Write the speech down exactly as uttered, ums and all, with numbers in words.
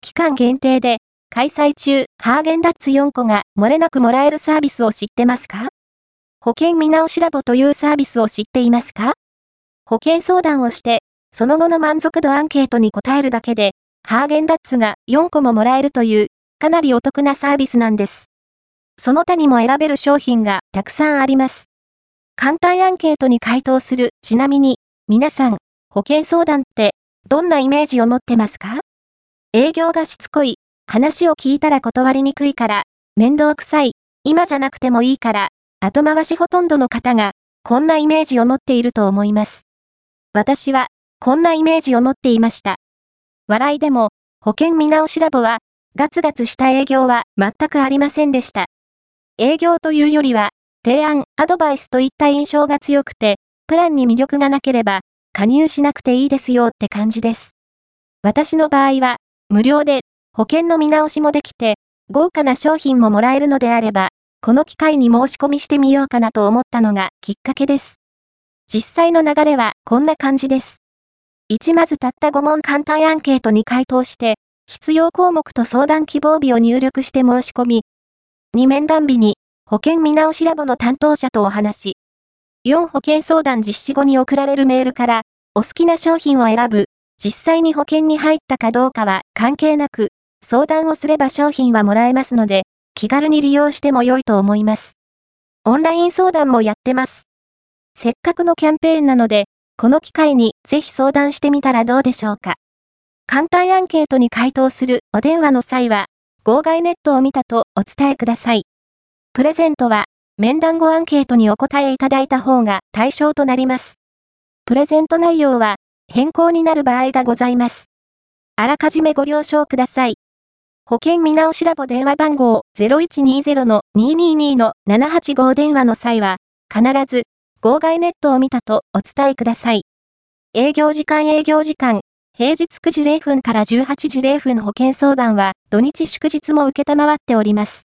期間限定で開催中ハーゲンダッツよんこが漏れなくもらえるサービスを知ってますか？保険見直しラボというサービスを知っていますか？保険相談をして、その後の満足度アンケートに答えるだけで、ハーゲンダッツがよんこももらえるという、かなりお得なサービスなんです。その他にも選べる商品がたくさんあります。簡単アンケートに回答する。ちなみに、皆さん、保険相談ってどんなイメージを持ってますか？営業がしつこい、話を聞いたら断りにくいから、面倒くさい、今じゃなくてもいいから、後回しほとんどの方が、こんなイメージを持っていると思います。私は、こんなイメージを持っていました。笑いでも、保険見直しラボは、ガツガツした営業は全くありませんでした。営業というよりは、提案、アドバイスといった印象が強くて、プランに魅力がなければ、加入しなくていいですよって感じです。私の場合は、無料で、保険の見直しもできて、豪華な商品ももらえるのであれば、この機会に申し込みしてみようかなと思ったのがきっかけです。実際の流れはこんな感じです。いちまずたったごもん簡単アンケートに回答して、必要項目と相談希望日を入力して申し込み。に面談日に保険見直しラボの担当者とお話し。よん保険相談実施後に送られるメールからお好きな商品を選ぶ。実際に保険に入ったかどうかは関係なく、相談をすれば商品はもらえますので、気軽に利用しても良いと思います。オンライン相談もやってます。せっかくのキャンペーンなので、この機会にぜひ相談してみたらどうでしょうか。簡単アンケートに回答するお電話の際は、号外ネットを見たとお伝えください。プレゼントは、面談後アンケートにお答えいただいた方が対象となります。プレゼント内容は、変更になる場合がございます。あらかじめご了承ください。保険見直しラボ電話番号 ゼロいちにゼロのにににのななはちご 電話の際は、必ず、号外ネットを見たとお伝えください。営業時間営業時間、平日くじれいふんからじゅうはちじれいふん保険相談は土日祝日も受けたまわっております。